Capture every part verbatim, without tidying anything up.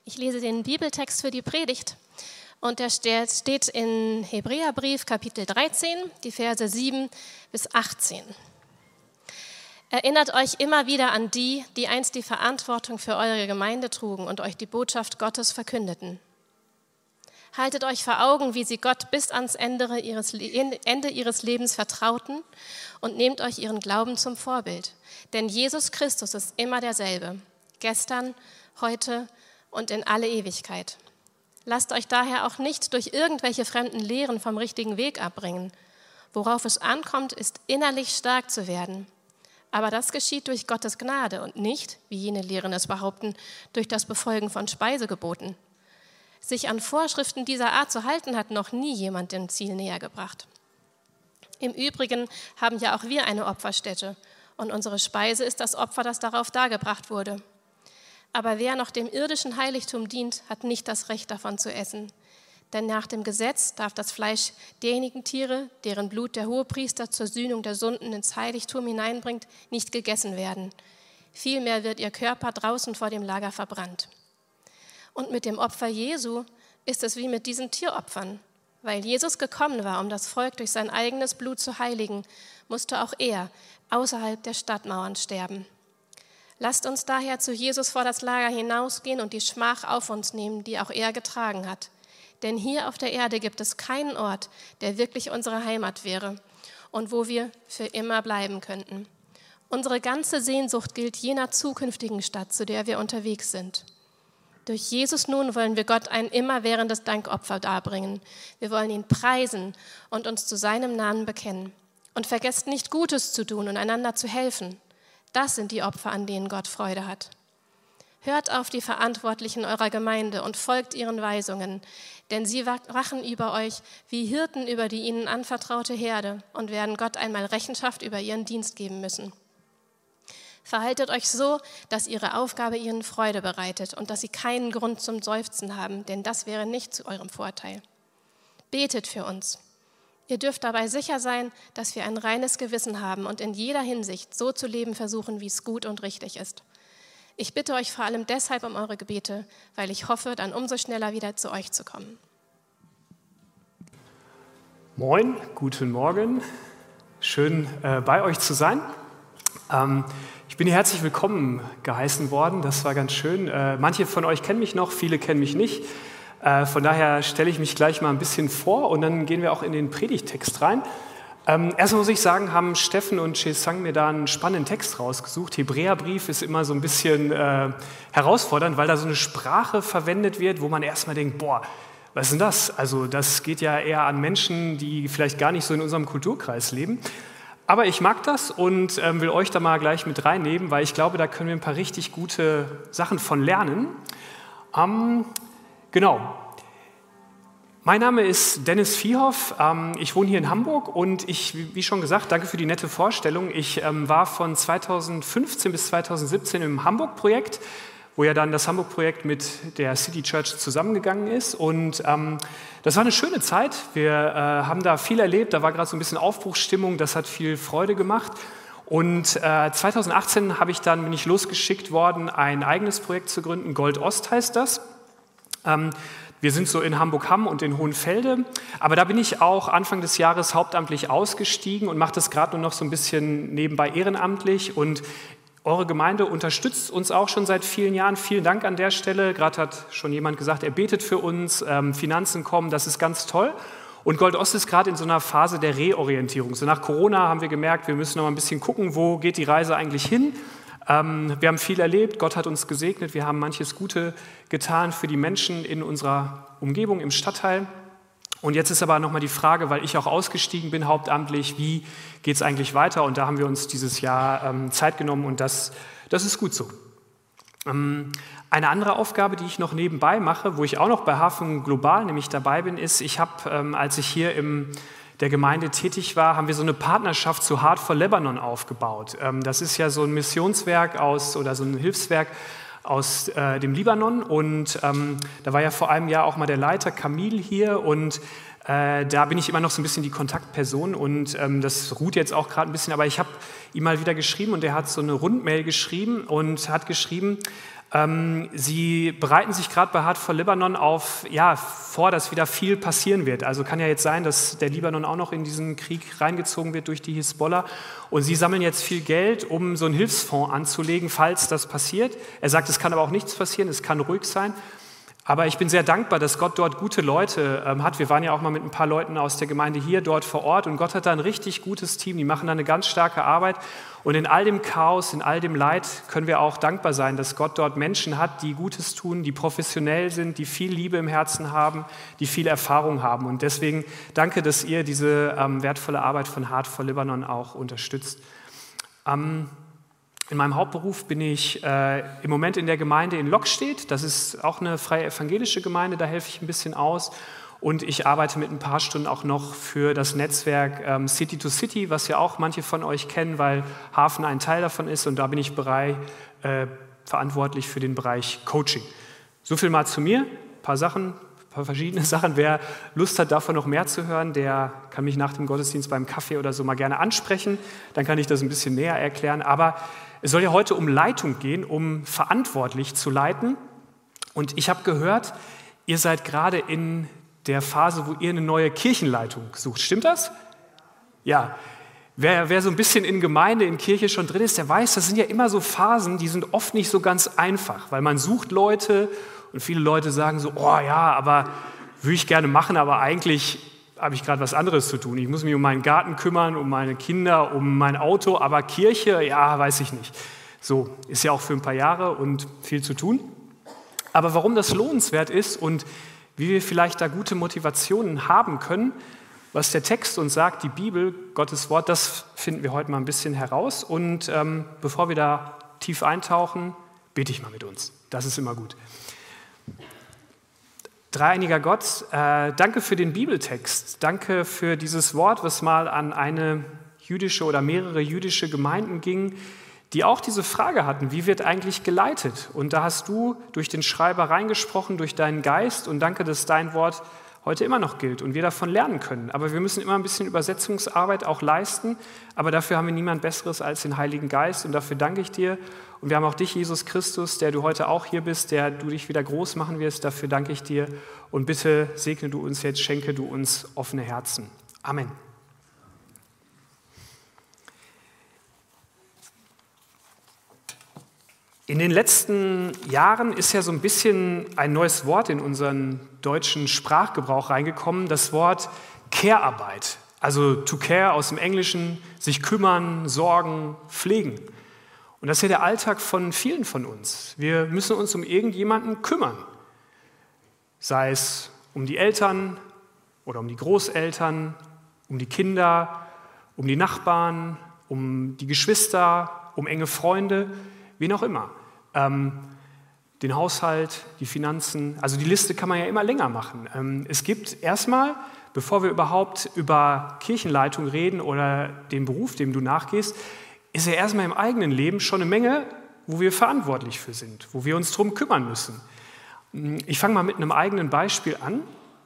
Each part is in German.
Ich lese den Bibeltext für die Predigt und der steht in Hebräerbrief Kapitel dreizehn, die Verse sieben bis achtzehn. Erinnert euch immer wieder an die, die einst die Verantwortung für eure Gemeinde trugen und euch die Botschaft Gottes verkündeten. Haltet euch vor Augen, wie sie Gott bis ans Ende ihres, Ende ihres Lebens vertrauten und nehmt euch ihren Glauben zum Vorbild. Denn Jesus Christus ist immer derselbe, gestern, heute und in alle Ewigkeit. Lasst euch daher auch nicht durch irgendwelche fremden Lehren vom richtigen Weg abbringen. Worauf es ankommt, ist innerlich stark zu werden. Aber das geschieht durch Gottes Gnade und nicht, wie jene Lehren es behaupten, durch das Befolgen von Speisegeboten. Sich an Vorschriften dieser Art zu halten, hat noch nie jemand dem Ziel näher gebracht. Im Übrigen haben ja auch wir eine Opferstätte und unsere Speise ist das Opfer, das darauf dargebracht wurde. Aber wer noch dem irdischen Heiligtum dient, hat nicht das Recht davon zu essen. Denn nach dem Gesetz darf das Fleisch derjenigen Tiere, deren Blut der Hohepriester zur Sühnung der Sünden ins Heiligtum hineinbringt, nicht gegessen werden. Vielmehr wird ihr Körper draußen vor dem Lager verbrannt. Und mit dem Opfer Jesu ist es wie mit diesen Tieropfern. Weil Jesus gekommen war, um das Volk durch sein eigenes Blut zu heiligen, musste auch er außerhalb der Stadtmauern sterben. Lasst uns daher zu Jesus vor das Lager hinausgehen und die Schmach auf uns nehmen, die auch er getragen hat. Denn hier auf der Erde gibt es keinen Ort, der wirklich unsere Heimat wäre und wo wir für immer bleiben könnten. Unsere ganze Sehnsucht gilt jener zukünftigen Stadt, zu der wir unterwegs sind. Durch Jesus nun wollen wir Gott ein immerwährendes Dankopfer darbringen. Wir wollen ihn preisen und uns zu seinem Namen bekennen. Und vergesst nicht, Gutes zu tun und einander zu helfen. Das sind die Opfer, an denen Gott Freude hat. Hört auf die Verantwortlichen eurer Gemeinde und folgt ihren Weisungen, denn sie wachen über euch wie Hirten über die ihnen anvertraute Herde und werden Gott einmal Rechenschaft über ihren Dienst geben müssen. Verhaltet euch so, dass ihre Aufgabe ihnen Freude bereitet und dass sie keinen Grund zum Seufzen haben, denn das wäre nicht zu eurem Vorteil. Betet für uns. Ihr dürft dabei sicher sein, dass wir ein reines Gewissen haben und in jeder Hinsicht so zu leben versuchen, wie es gut und richtig ist. Ich bitte euch vor allem deshalb um eure Gebete, weil ich hoffe, dann umso schneller wieder zu euch zu kommen. Moin, guten Morgen. Schön, äh, bei euch zu sein. Ähm, ich bin hier herzlich willkommen geheißen worden. Das war ganz schön. Äh, manche von euch kennen mich noch, viele kennen mich nicht. Äh, von daher stelle ich mich gleich mal ein bisschen vor und dann gehen wir auch in den Predigttext rein. Ähm, erstmal muss ich sagen, haben Steffen und Chesang mir da einen spannenden Text rausgesucht. Hebräerbrief ist immer so ein bisschen äh, herausfordernd, weil da so eine Sprache verwendet wird, wo man erstmal denkt, boah, was ist denn das? Also das geht ja eher an Menschen, die vielleicht gar nicht so in unserem Kulturkreis leben. Aber ich mag das und ähm, will euch da mal gleich mit reinnehmen, weil ich glaube, da können wir ein paar richtig gute Sachen von lernen. Ähm, genau. Mein Name ist Dennis Viehhoff, ich wohne hier in Hamburg und ich, wie schon gesagt, danke für die nette Vorstellung. Ich war von zweitausendfünfzehn bis zweitausendsiebzehn im Hamburg-Projekt, wo ja dann das Hamburg-Projekt mit der City Church zusammengegangen ist und ähm, das war eine schöne Zeit. Wir äh, haben da viel erlebt, da war gerade so ein bisschen Aufbruchsstimmung, das hat viel Freude gemacht und äh, zweitausendachtzehn habe ich dann, bin ich losgeschickt worden, ein eigenes Projekt zu gründen, Gold Ost heißt das. Ähm, Wir sind so in Hamburg-Hamm und in Hohenfelde, aber da bin ich auch Anfang des Jahres hauptamtlich ausgestiegen und mache das gerade nur noch so ein bisschen nebenbei ehrenamtlich und eure Gemeinde unterstützt uns auch schon seit vielen Jahren. Vielen Dank an der Stelle. Gerade hat schon jemand gesagt, er betet für uns, ähm, Finanzen kommen, das ist ganz toll. Und Gold Ost ist gerade in so einer Phase der Reorientierung. So nach Corona haben wir gemerkt, wir müssen noch mal ein bisschen gucken, wo geht die Reise eigentlich hin. Ähm, wir haben viel erlebt, Gott hat uns gesegnet, wir haben manches Gute getan für die Menschen in unserer Umgebung, im Stadtteil. Und jetzt ist aber nochmal die Frage, weil ich auch ausgestiegen bin hauptamtlich, wie geht es eigentlich weiter? Und da haben wir uns dieses Jahr ähm, Zeit genommen und das, das ist gut so. Ähm, eine andere Aufgabe, die ich noch nebenbei mache, wo ich auch noch bei Hafen Global nämlich dabei bin, ist, ich habe, ähm, als ich hier im der Gemeinde tätig war, haben wir so eine Partnerschaft zu Heart for Lebanon aufgebaut. Das ist ja so ein Missionswerk aus oder so ein Hilfswerk aus äh, dem Libanon und ähm, da war ja vor einem Jahr auch mal der Leiter Kamil hier und Äh, da bin ich immer noch so ein bisschen die Kontaktperson und ähm, das ruht jetzt auch gerade ein bisschen, aber ich habe ihm mal wieder geschrieben und er hat so eine Rundmail geschrieben und hat geschrieben, ähm, sie bereiten sich gerade bei Heart for Lebanon auf, ja, vor, dass wieder viel passieren wird. Also kann ja jetzt sein, dass der Libanon auch noch in diesen Krieg reingezogen wird durch die Hisbollah und sie sammeln jetzt viel Geld, um so einen Hilfsfonds anzulegen, falls das passiert. Er sagt, es kann aber auch nichts passieren, es kann ruhig sein. Aber ich bin sehr dankbar, dass Gott dort gute Leute ähm, hat. Wir waren ja auch mal mit ein paar Leuten aus der Gemeinde hier dort vor Ort und Gott hat da ein richtig gutes Team. Die machen da eine ganz starke Arbeit. Und in all dem Chaos, in all dem Leid können wir auch dankbar sein, dass Gott dort Menschen hat, die Gutes tun, die professionell sind, die viel Liebe im Herzen haben, die viel Erfahrung haben. Und deswegen danke, dass ihr diese ähm, wertvolle Arbeit von Heart for Lebanon auch unterstützt. Ähm, In meinem Hauptberuf bin ich äh, im Moment in der Gemeinde in Lockstedt. Das ist auch eine freie evangelische Gemeinde, da helfe ich ein bisschen aus. Und ich arbeite mit ein paar Stunden auch noch für das Netzwerk ähm, City to City, was ja auch manche von euch kennen, weil Hafen ein Teil davon ist. Und da bin ich bereit, äh, verantwortlich für den Bereich Coaching. So viel mal zu mir, ein paar Sachen, ein paar verschiedene Sachen. Wer Lust hat, davon noch mehr zu hören, der kann mich nach dem Gottesdienst beim Kaffee oder so mal gerne ansprechen. Dann kann ich das ein bisschen näher erklären. Aber es soll ja heute um Leitung gehen, um verantwortlich zu leiten. Und ich habe gehört, ihr seid gerade in der Phase, wo ihr eine neue Kirchenleitung sucht. Stimmt das? Ja. Wer, wer so ein bisschen in Gemeinde, in Kirche schon drin ist, der weiß, das sind ja immer so Phasen, die sind oft nicht so ganz einfach, weil man sucht Leute und viele Leute sagen so, oh ja, aber würde ich gerne machen, aber eigentlich habe ich gerade was anderes zu tun. Ich muss mich um meinen Garten kümmern, um meine Kinder, um mein Auto, aber Kirche, ja, weiß ich nicht. So, ist ja auch für ein paar Jahre und viel zu tun. Aber warum das lohnenswert ist und wie wir vielleicht da gute Motivationen haben können, was der Text uns sagt, die Bibel, Gottes Wort, das finden wir heute mal ein bisschen heraus. Und ähm, bevor wir da tief eintauchen, bete ich mal mit uns. Das ist immer gut. Dreieiniger Gott, äh, danke für den Bibeltext. Danke für dieses Wort, was mal an eine jüdische oder mehrere jüdische Gemeinden ging, die auch diese Frage hatten, wie wird eigentlich geleitet? Und da hast du durch den Schreiber reingesprochen, durch deinen Geist. Und danke, dass dein Wort heute immer noch gilt und wir davon lernen können. Aber wir müssen immer ein bisschen Übersetzungsarbeit auch leisten. Aber dafür haben wir niemand Besseres als den Heiligen Geist. Und dafür danke ich dir. Und wir haben auch dich, Jesus Christus, der du heute auch hier bist, der du dich wieder groß machen wirst. Dafür danke ich dir. Und bitte segne du uns jetzt, schenke du uns offene Herzen. Amen. In den letzten Jahren ist ja so ein bisschen ein neues Wort in unseren deutschen Sprachgebrauch reingekommen, das Wort Care-Arbeit. Also to care aus dem Englischen, sich kümmern, sorgen, pflegen. Und das ist ja der Alltag von vielen von uns. Wir müssen uns um irgendjemanden kümmern. Sei es um die Eltern oder um die Großeltern, um die Kinder, um die Nachbarn, um die Geschwister, um enge Freunde, wen auch immer. Ähm, den Haushalt, die Finanzen, also die Liste kann man ja immer länger machen. Ähm, es gibt erstmal, bevor wir überhaupt über Kirchenleitung reden oder den Beruf, dem du nachgehst, ist ja erstmal im eigenen Leben schon eine Menge, wo wir verantwortlich für sind, wo wir uns drum kümmern müssen. Ich fange mal mit einem eigenen Beispiel an.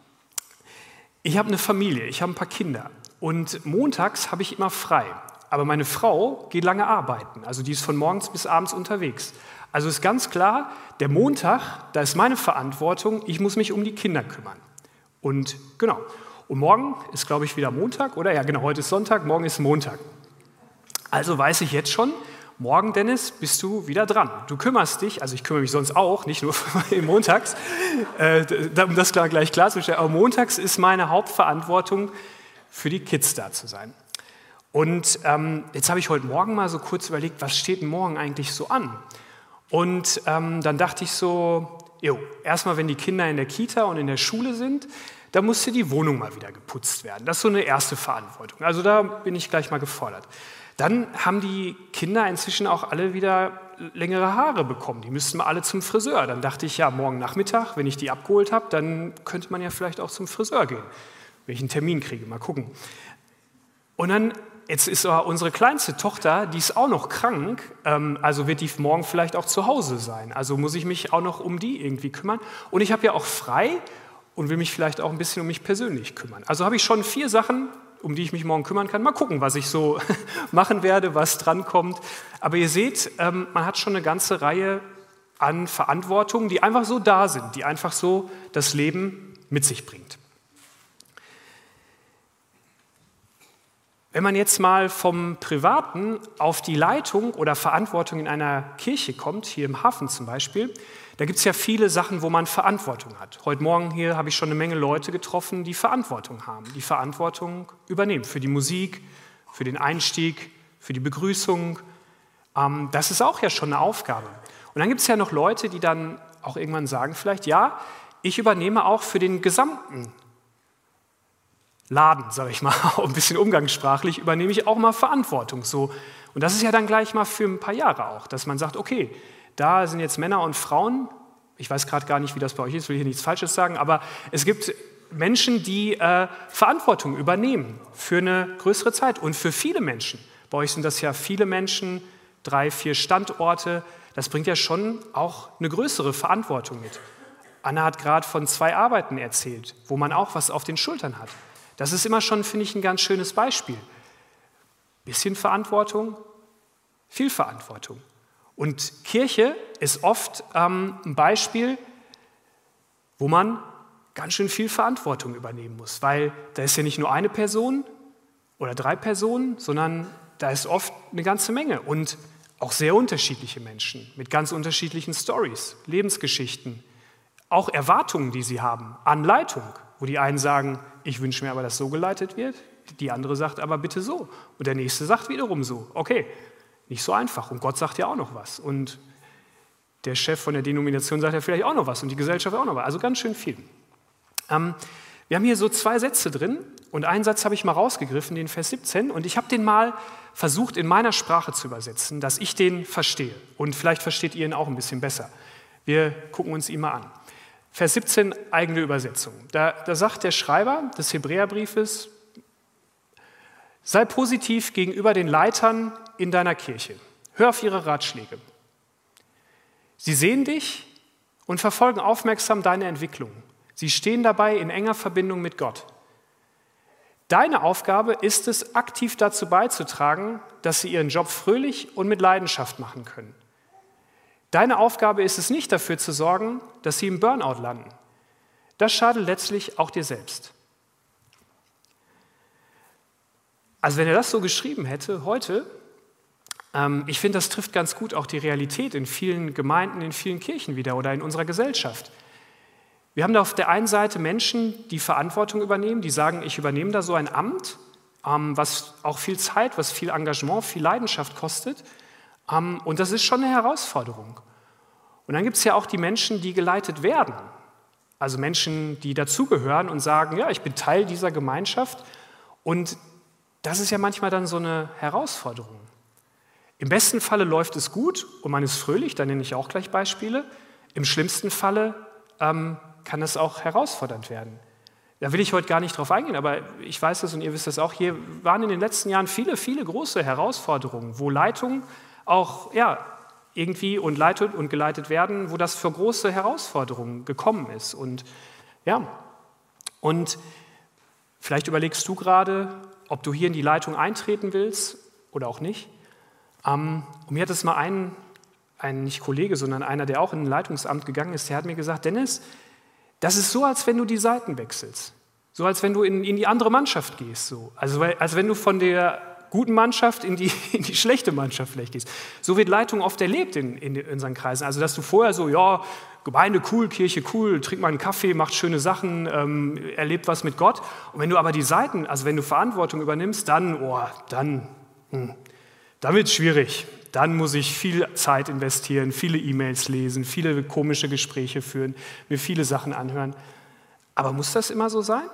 Ich habe eine Familie, ich habe ein paar Kinder und montags habe ich immer frei. Aber meine Frau geht lange arbeiten, also die ist von morgens bis abends unterwegs. Also ist ganz klar, der Montag, da ist meine Verantwortung, ich muss mich um die Kinder kümmern. Und genau, und morgen ist, glaube ich, wieder Montag, oder? Ja, genau, heute ist Sonntag, morgen ist Montag. Also weiß ich jetzt schon, morgen, Dennis, bist du wieder dran. Du kümmerst dich, also ich kümmere mich sonst auch, nicht nur montags, äh, um das klar, gleich klarzustellen, aber montags ist meine Hauptverantwortung, für die Kids da zu sein. Und ähm, jetzt habe ich heute Morgen mal so kurz überlegt, was steht denn morgen eigentlich so an? Und ähm, dann dachte ich so, jo, erstmal, wenn die Kinder in der Kita und in der Schule sind, da muss hier die Wohnung mal wieder geputzt werden. Das ist so eine erste Verantwortung. Also da bin ich gleich mal gefordert. Dann haben die Kinder inzwischen auch alle wieder längere Haare bekommen. Die müssten mal alle zum Friseur. Dann dachte ich, ja, morgen Nachmittag, wenn ich die abgeholt habe, dann könnte man ja vielleicht auch zum Friseur gehen, wenn ich einen Termin kriege. Mal gucken. Und dann, jetzt ist unsere kleinste Tochter, die ist auch noch krank, ähm, also wird die morgen vielleicht auch zu Hause sein. Also muss ich mich auch noch um die irgendwie kümmern. Und ich habe ja auch frei und will mich vielleicht auch ein bisschen um mich persönlich kümmern. Also habe ich schon vier Sachen, um die ich mich morgen kümmern kann. Mal gucken, was ich so machen werde, was drankommt. Aber ihr seht, ähm, man hat schon eine ganze Reihe an Verantwortungen, die einfach so da sind, die einfach so das Leben mit sich bringt. Wenn man jetzt mal vom Privaten auf die Leitung oder Verantwortung in einer Kirche kommt, hier im Hafen zum Beispiel, da gibt es ja viele Sachen, wo man Verantwortung hat. Heute Morgen hier habe ich schon eine Menge Leute getroffen, die Verantwortung haben, die Verantwortung übernehmen für die Musik, für den Einstieg, für die Begrüßung. Ähm, das ist auch ja schon eine Aufgabe. Und dann gibt es ja noch Leute, die dann auch irgendwann sagen vielleicht, ja, ich übernehme auch für den gesamten Laden, sage ich mal, ein bisschen umgangssprachlich, übernehme ich auch mal Verantwortung. So. Und das ist ja dann gleich mal für ein paar Jahre auch, dass man sagt, okay, da sind jetzt Männer und Frauen, ich weiß gerade gar nicht, wie das bei euch ist, will hier nichts Falsches sagen, aber es gibt Menschen, die äh, Verantwortung übernehmen für eine größere Zeit und für viele Menschen. Bei euch sind das ja viele Menschen, drei, vier Standorte, das bringt ja schon auch eine größere Verantwortung mit. Anna hat gerade von zwei Arbeiten erzählt, wo man auch was auf den Schultern hat. Das ist immer schon, finde ich, ein ganz schönes Beispiel. Bisschen Verantwortung, viel Verantwortung. Und Kirche ist oft ähm, ein Beispiel, wo man ganz schön viel Verantwortung übernehmen muss, weil da ist ja nicht nur eine Person oder drei Personen, sondern da ist oft eine ganze Menge und auch sehr unterschiedliche Menschen mit ganz unterschiedlichen Storys, Lebensgeschichten, auch Erwartungen, die sie haben an Leitung, wo die einen sagen, ich wünsche mir aber, dass so geleitet wird, die andere sagt aber bitte so und der nächste sagt wiederum so. Okay, nicht so einfach und Gott sagt ja auch noch was und der Chef von der Denomination sagt ja vielleicht auch noch was und die Gesellschaft auch noch was, also ganz schön viel. Ähm, wir haben hier so zwei Sätze drin und einen Satz habe ich mal rausgegriffen, den Vers siebzehn, und ich habe den mal versucht in meiner Sprache zu übersetzen, dass ich den verstehe und vielleicht versteht ihr ihn auch ein bisschen besser. Wir gucken uns ihn mal an. Vers siebzehn, eigene Übersetzung. Da, da sagt der Schreiber des Hebräerbriefes, sei positiv gegenüber den Leitern in deiner Kirche. Hör auf ihre Ratschläge. Sie sehen dich und verfolgen aufmerksam deine Entwicklung. Sie stehen dabei in enger Verbindung mit Gott. Deine Aufgabe ist es, aktiv dazu beizutragen, dass sie ihren Job fröhlich und mit Leidenschaft machen können. Deine Aufgabe ist es nicht, dafür zu sorgen, dass sie im Burnout landen. Das schadet letztlich auch dir selbst. Also wenn er das so geschrieben hätte heute, ähm, ich finde, das trifft ganz gut auch die Realität in vielen Gemeinden, in vielen Kirchen wieder oder in unserer Gesellschaft. Wir haben da auf der einen Seite Menschen, die Verantwortung übernehmen, die sagen, ich übernehme da so ein Amt, ähm, was auch viel Zeit, was viel Engagement, viel Leidenschaft kostet. Um, und das ist schon eine Herausforderung. Und dann gibt es ja auch die Menschen, die geleitet werden. Also Menschen, die dazugehören und sagen, ja, ich bin Teil dieser Gemeinschaft. Und das ist ja manchmal dann so eine Herausforderung. Im besten Falle läuft es gut und man ist fröhlich, da nenne ich auch gleich Beispiele. Im schlimmsten Falle ähm, kann es auch herausfordernd werden. Da will ich heute gar nicht drauf eingehen, aber ich weiß das und ihr wisst das auch. Hier waren in den letzten Jahren viele, viele große Herausforderungen, wo Leitung auch ja, irgendwie und leitet und geleitet werden, wo das für große Herausforderungen gekommen ist. Und ja, und vielleicht überlegst du gerade, ob du hier in die Leitung eintreten willst oder auch nicht. Ähm, und mir hat es mal ein, ein, nicht Kollege, sondern einer, der auch in ein Leitungsamt gegangen ist, der hat mir gesagt, Dennis, das ist so, als wenn du die Seiten wechselst. So, als wenn du in, in die andere Mannschaft gehst. So. Also, als wenn du von der guten Mannschaft in die, in die schlechte Mannschaft vielleicht gehst. So wird Leitung oft erlebt in, in unseren Kreisen. Also, dass du vorher so, ja, Gemeinde cool, Kirche cool, trink mal einen Kaffee, macht schöne Sachen, ähm, erlebt was mit Gott. Und wenn du aber die Seiten, also wenn du Verantwortung übernimmst, dann, oh, dann, hm, dann wird es schwierig. Dann muss ich viel Zeit investieren, viele E-Mails lesen, viele komische Gespräche führen, mir viele Sachen anhören. Aber muss das immer so sein?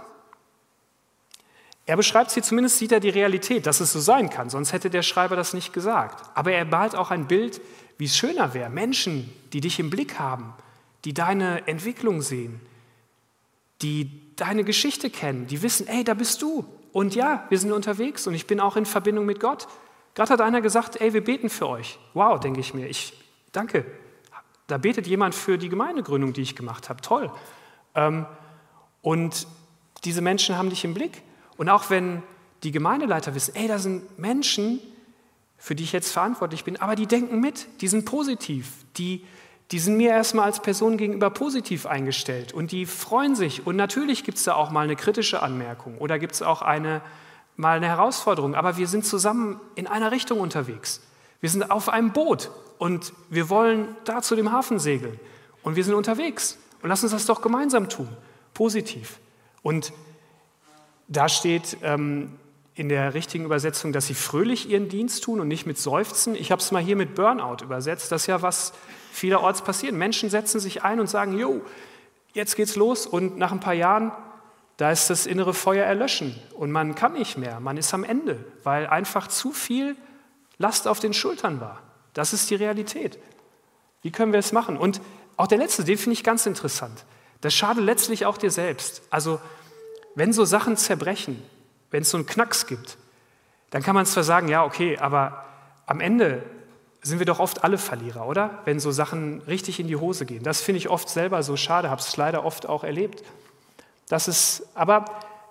Er beschreibt sie, zumindest sieht er die Realität, dass es so sein kann, sonst hätte der Schreiber das nicht gesagt. Aber er malt auch ein Bild, wie es schöner wäre. Menschen, die dich im Blick haben, die deine Entwicklung sehen, die deine Geschichte kennen, die wissen, ey, da bist du. Und ja, wir sind unterwegs und ich bin auch in Verbindung mit Gott. Gerade hat einer gesagt, ey, wir beten für euch. Wow, denke ich mir, ich danke. Da betet jemand für die Gemeindegründung, die ich gemacht habe. Toll. Ähm, Und diese Menschen haben dich im Blick. Und auch wenn die Gemeindeleiter wissen, ey, da sind Menschen, für die ich jetzt verantwortlich bin, aber die denken mit, die sind positiv, die, die sind mir erstmal als Person gegenüber positiv eingestellt und die freuen sich. Und natürlich gibt es da auch mal eine kritische Anmerkung oder gibt es auch eine, mal eine Herausforderung, aber wir sind zusammen in einer Richtung unterwegs. Wir sind auf einem Boot und wir wollen da zu dem Hafen segeln und wir sind unterwegs. Und lass uns das doch gemeinsam tun, positiv. Und da steht ähm, in der richtigen Übersetzung, dass sie fröhlich ihren Dienst tun und nicht mit Seufzen. Ich habe es mal hier mit Burnout übersetzt. Das ist ja was vielerorts passiert. Menschen setzen sich ein und sagen, jo, jetzt geht's los. Und nach ein paar Jahren, da ist das innere Feuer erlöschen. Und man kann nicht mehr, man ist am Ende, weil einfach zu viel Last auf den Schultern war. Das ist die Realität. Wie können wir es machen? Und auch der letzte, den finde ich ganz interessant. Das schadet letztlich auch dir selbst. Also wenn so Sachen zerbrechen, wenn es so einen Knacks gibt, dann kann man zwar sagen, ja, okay, aber am Ende sind wir doch oft alle Verlierer, oder? Wenn so Sachen richtig in die Hose gehen. Das finde ich oft selber so schade, habe es leider oft auch erlebt. Das ist, aber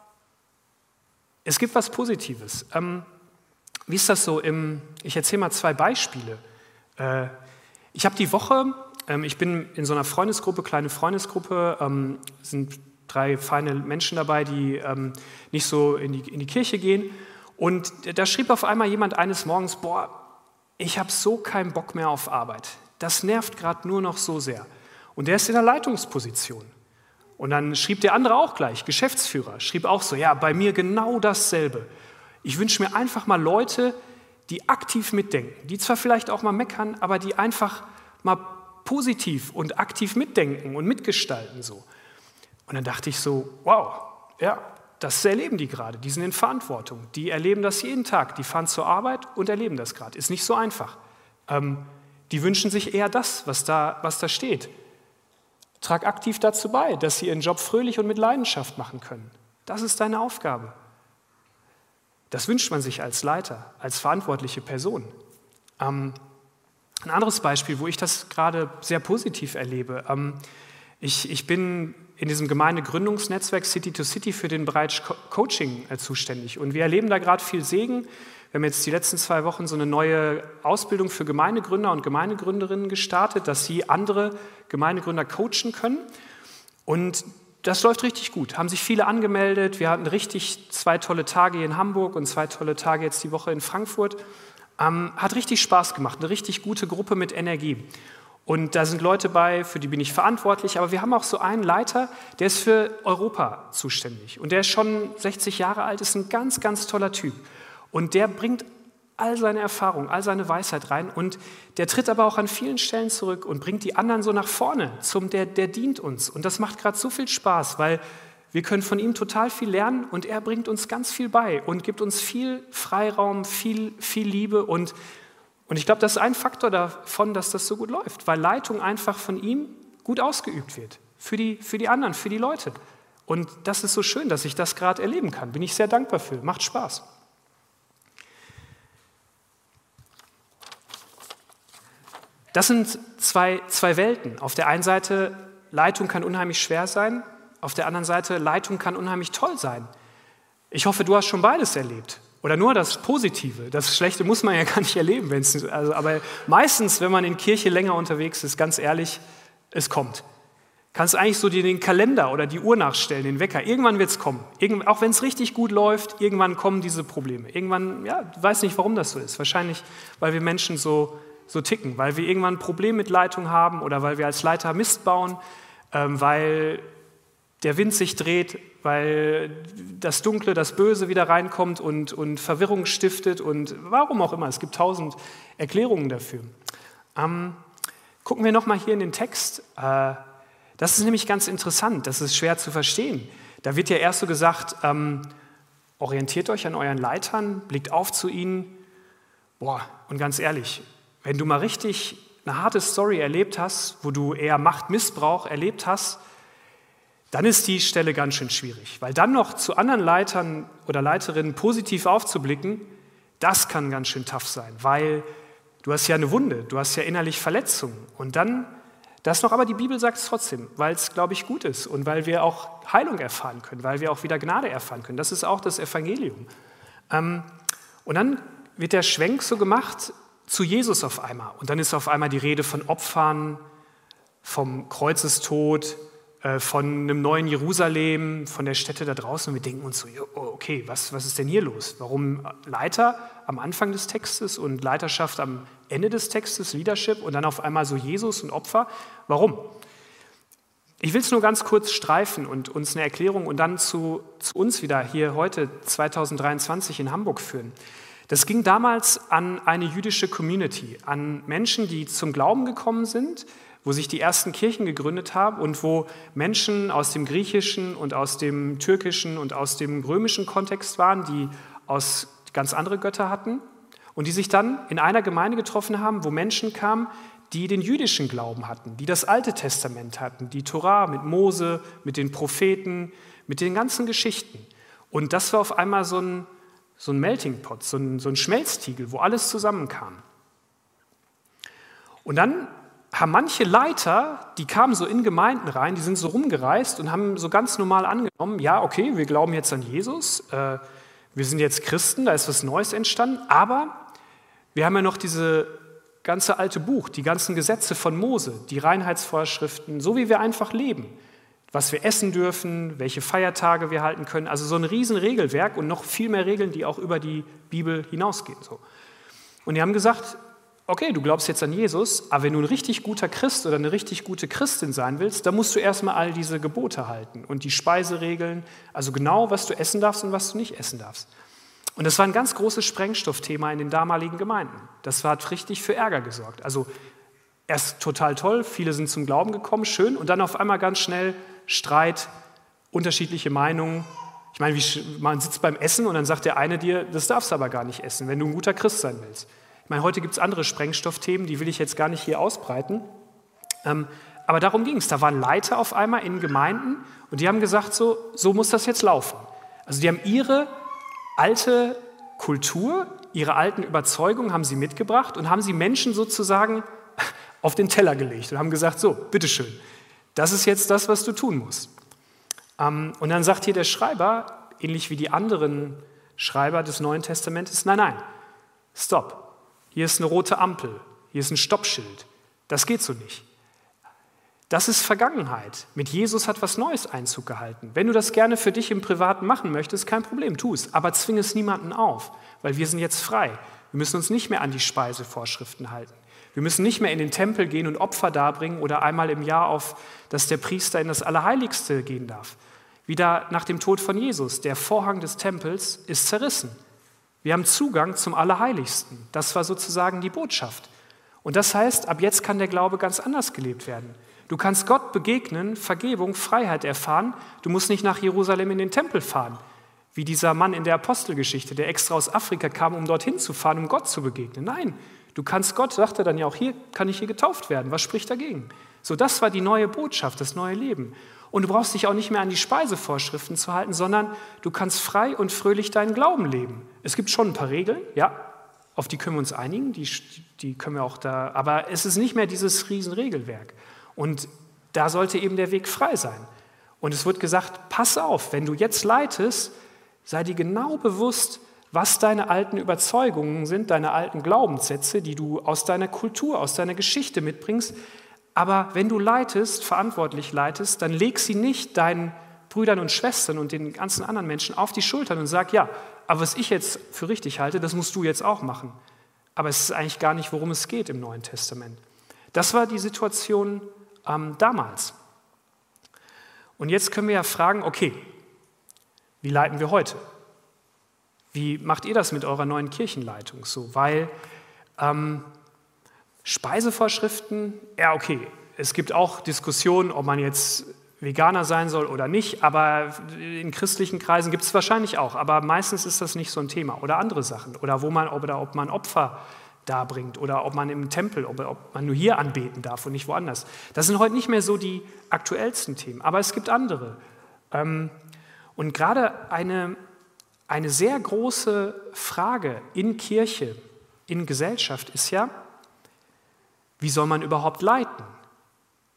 es gibt was Positives. Ähm, wie ist das so im, ich erzähle mal zwei Beispiele. Äh, ich habe die Woche, ähm, ich bin in so einer Freundesgruppe, kleine Freundesgruppe, ähm, sind drei feine Menschen dabei, die ähm, nicht so in die, in die Kirche gehen. Und da schrieb auf einmal jemand eines Morgens, boah, ich habe so keinen Bock mehr auf Arbeit. Das nervt gerade nur noch so sehr. Und der ist in der Leitungsposition. Und dann schrieb der andere auch gleich, Geschäftsführer, schrieb auch so, ja, bei mir genau dasselbe. Ich wünsche mir einfach mal Leute, die aktiv mitdenken, die zwar vielleicht auch mal meckern, aber die einfach mal positiv und aktiv mitdenken und mitgestalten so. Und dann dachte ich so, wow, ja, das erleben die gerade, die sind in Verantwortung, die erleben das jeden Tag, die fahren zur Arbeit und erleben das gerade, ist nicht so einfach. Ähm, die wünschen sich eher das, was da, was da steht. Trag aktiv dazu bei, dass sie ihren Job fröhlich und mit Leidenschaft machen können. Das ist deine Aufgabe. Das wünscht man sich als Leiter, als verantwortliche Person. Ähm, ein anderes Beispiel, wo ich das gerade sehr positiv erlebe. Ähm, ich, ich bin in diesem Gemeindegründungsnetzwerk City to City für den Bereich Co- Coaching äh, zuständig. Und wir erleben da gerade viel Segen. Wir haben jetzt die letzten zwei Wochen so eine neue Ausbildung für Gemeindegründer und Gemeindegründerinnen gestartet, dass sie andere Gemeindegründer coachen können. Und das läuft richtig gut. Haben sich viele angemeldet. Wir hatten richtig zwei tolle Tage hier in Hamburg und zwei tolle Tage jetzt die Woche in Frankfurt. Ähm, hat richtig Spaß gemacht, eine richtig gute Gruppe mit Energie. Und da sind Leute bei, für die bin ich verantwortlich, aber wir haben auch so einen Leiter, der ist für Europa zuständig. Und der ist schon sechzig Jahre alt, ist ein ganz, ganz toller Typ. Und der bringt all seine Erfahrung, all seine Weisheit rein und der tritt aber auch an vielen Stellen zurück und bringt die anderen so nach vorne, zum, der, der dient uns. Und das macht gerade so viel Spaß, weil wir können von ihm total viel lernen und er bringt uns ganz viel bei und gibt uns viel Freiraum, viel, viel Liebe und Und ich glaube, das ist ein Faktor davon, dass das so gut läuft, weil Leitung einfach von ihm gut ausgeübt wird, für die, für die anderen, für die Leute. Und das ist so schön, dass ich das gerade erleben kann. Bin ich sehr dankbar für, macht Spaß. Das sind zwei, zwei Welten. Auf der einen Seite, Leitung kann unheimlich schwer sein, auf der anderen Seite, Leitung kann unheimlich toll sein. Ich hoffe, du hast schon beides erlebt. Oder nur das Positive. Das Schlechte muss man ja gar nicht erleben. Wenn's, also, aber meistens, wenn man in Kirche länger unterwegs ist, ganz ehrlich, es kommt. Kannst eigentlich so dir den Kalender oder die Uhr nachstellen, den Wecker. Irgendwann wird es kommen. Irgend, auch wenn es richtig gut läuft, irgendwann kommen diese Probleme. Irgendwann, ja, ich weiß nicht, warum das so ist. Wahrscheinlich, weil wir Menschen so, so ticken. Weil wir irgendwann ein Problem mit Leitung haben oder weil wir als Leiter Mist bauen, ähm, weil der Wind sich dreht, weil das Dunkle, das Böse wieder reinkommt und, und Verwirrung stiftet und warum auch immer. Es gibt tausend Erklärungen dafür. Ähm, gucken wir nochmal hier in den Text. Äh, das ist nämlich ganz interessant, das ist schwer zu verstehen. Da wird ja erst so gesagt, ähm, orientiert euch an euren Leitern, blickt auf zu ihnen. Boah, und ganz ehrlich, wenn du mal richtig eine harte Story erlebt hast, wo du eher Machtmissbrauch erlebt hast, dann ist die Stelle ganz schön schwierig. Weil dann noch zu anderen Leitern oder Leiterinnen positiv aufzublicken, das kann ganz schön tough sein. Weil du hast ja eine Wunde, du hast ja innerlich Verletzungen. Und dann, Das noch, aber die Bibel sagt es trotzdem, weil es, glaube ich, gut ist und weil wir auch Heilung erfahren können, weil wir auch wieder Gnade erfahren können. Das ist auch das Evangelium. Ähm, und dann wird der Schwenk so gemacht zu Jesus auf einmal. Und dann ist auf einmal die Rede von Opfern, vom Kreuzestod, äh, von einem neuen Jerusalem, von der Stätte da draußen. Und wir denken uns so, okay, was, was ist denn hier los? Warum Leiter am Anfang des Textes und Leiterschaft am Ende des Textes, Leadership, und dann auf einmal so Jesus und Opfer? Warum? Ich will es nur ganz kurz streifen und uns eine Erklärung und dann zu, zu uns wieder hier heute zweitausenddreiundzwanzig in Hamburg führen. Das ging damals an eine jüdische Community, an Menschen, die zum Glauben gekommen sind, wo sich die ersten Kirchen gegründet haben und wo Menschen aus dem griechischen und aus dem türkischen und aus dem römischen Kontext waren, die aus ganz andere Götter hatten und die sich dann in einer Gemeinde getroffen haben, wo Menschen kamen, die den jüdischen Glauben hatten, die das Alte Testament hatten, die Tora mit Mose, mit den Propheten, mit den ganzen Geschichten. Und das war auf einmal so ein, so ein Melting Pot, so ein, so ein Schmelztiegel, wo alles zusammenkam. Und dann haben manche Leiter, die kamen so in Gemeinden rein, die sind so rumgereist und haben so ganz normal angenommen, ja, okay, wir glauben jetzt an Jesus, äh, wir sind jetzt Christen, da ist was Neues entstanden, aber wir haben ja noch diese ganze alte Buch, die ganzen Gesetze von Mose, die Reinheitsvorschriften, so wie wir einfach leben, was wir essen dürfen, welche Feiertage wir halten können, also so ein riesen Regelwerk und noch viel mehr Regeln, die auch über die Bibel hinausgehen. So. Und die haben gesagt, okay, du glaubst jetzt an Jesus, aber wenn du ein richtig guter Christ oder eine richtig gute Christin sein willst, dann musst du erstmal all diese Gebote halten und die Speiseregeln, also genau, was du essen darfst und was du nicht essen darfst. Und das war ein ganz großes Sprengstoffthema in den damaligen Gemeinden. Das hat richtig für Ärger gesorgt. Also erst total toll, viele sind zum Glauben gekommen, schön, und dann auf einmal ganz schnell Streit, unterschiedliche Meinungen. Ich meine, wie, man sitzt beim Essen und dann sagt der eine dir, das darfst du aber gar nicht essen, wenn du ein guter Christ sein willst. Ich meine, heute gibt es andere Sprengstoffthemen, die will ich jetzt gar nicht hier ausbreiten. Ähm, aber darum ging es. Da waren Leiter auf einmal in Gemeinden und die haben gesagt, so, so muss das jetzt laufen. Also die haben ihre alte Kultur, ihre alten Überzeugungen haben sie mitgebracht und haben sie Menschen sozusagen auf den Teller gelegt und haben gesagt, so, bitteschön, das ist jetzt das, was du tun musst. Ähm, und dann sagt hier der Schreiber, ähnlich wie die anderen Schreiber des Neuen Testamentes, nein, nein, stopp. Hier ist eine rote Ampel, hier ist ein Stoppschild. Das geht so nicht. Das ist Vergangenheit. Mit Jesus hat was Neues Einzug gehalten. Wenn du das gerne für dich im Privaten machen möchtest, kein Problem, tu es. Aber zwing es niemanden auf, weil wir sind jetzt frei. Wir müssen uns nicht mehr an die Speisevorschriften halten. Wir müssen nicht mehr in den Tempel gehen und Opfer darbringen oder einmal im Jahr auf, dass der Priester in das Allerheiligste gehen darf. Wieder nach dem Tod von Jesus. Der Vorhang des Tempels ist zerrissen. Wir haben Zugang zum Allerheiligsten. Das war sozusagen die Botschaft. Und das heißt, ab jetzt kann der Glaube ganz anders gelebt werden. Du kannst Gott begegnen, Vergebung, Freiheit erfahren. Du musst nicht nach Jerusalem in den Tempel fahren, wie dieser Mann in der Apostelgeschichte, der extra aus Afrika kam, um dorthin zu fahren, um Gott zu begegnen. Nein, du kannst Gott, sagt er dann ja auch, hier kann ich hier getauft werden. Was spricht dagegen? So, das war die neue Botschaft, das neue Leben. Und du brauchst dich auch nicht mehr an die Speisevorschriften zu halten, sondern du kannst frei und fröhlich deinen Glauben leben. Es gibt schon ein paar Regeln, ja, auf die können wir uns einigen, die, die können wir auch da, aber es ist nicht mehr dieses Riesenregelwerk. Und da sollte eben der Weg frei sein. Und es wird gesagt, pass auf, wenn du jetzt leitest, sei dir genau bewusst, was deine alten Überzeugungen sind, deine alten Glaubenssätze, die du aus deiner Kultur, aus deiner Geschichte mitbringst. Aber wenn du leitest, verantwortlich leitest, dann leg sie nicht deinen Brüdern und Schwestern und den ganzen anderen Menschen auf die Schultern und sag, ja, aber was ich jetzt für richtig halte, das musst du jetzt auch machen. Aber es ist eigentlich gar nicht, worum es geht im Neuen Testament. Das war die Situation ähm, damals. Und jetzt können wir ja fragen, okay, wie leiten wir heute? Wie macht ihr das mit eurer neuen Kirchenleitung so? Weil ähm, Speisevorschriften, ja okay, es gibt auch Diskussionen, ob man jetzt Veganer sein soll oder nicht, aber in christlichen Kreisen gibt es wahrscheinlich auch, aber meistens ist das nicht so ein Thema. Oder andere Sachen, oder wo man, oder ob man Opfer darbringt, oder ob man im Tempel, ob, ob man nur hier anbeten darf und nicht woanders. Das sind heute nicht mehr so die aktuellsten Themen, aber es gibt andere. Und gerade eine, eine sehr große Frage in Kirche, in Gesellschaft ist ja, wie soll man überhaupt leiten?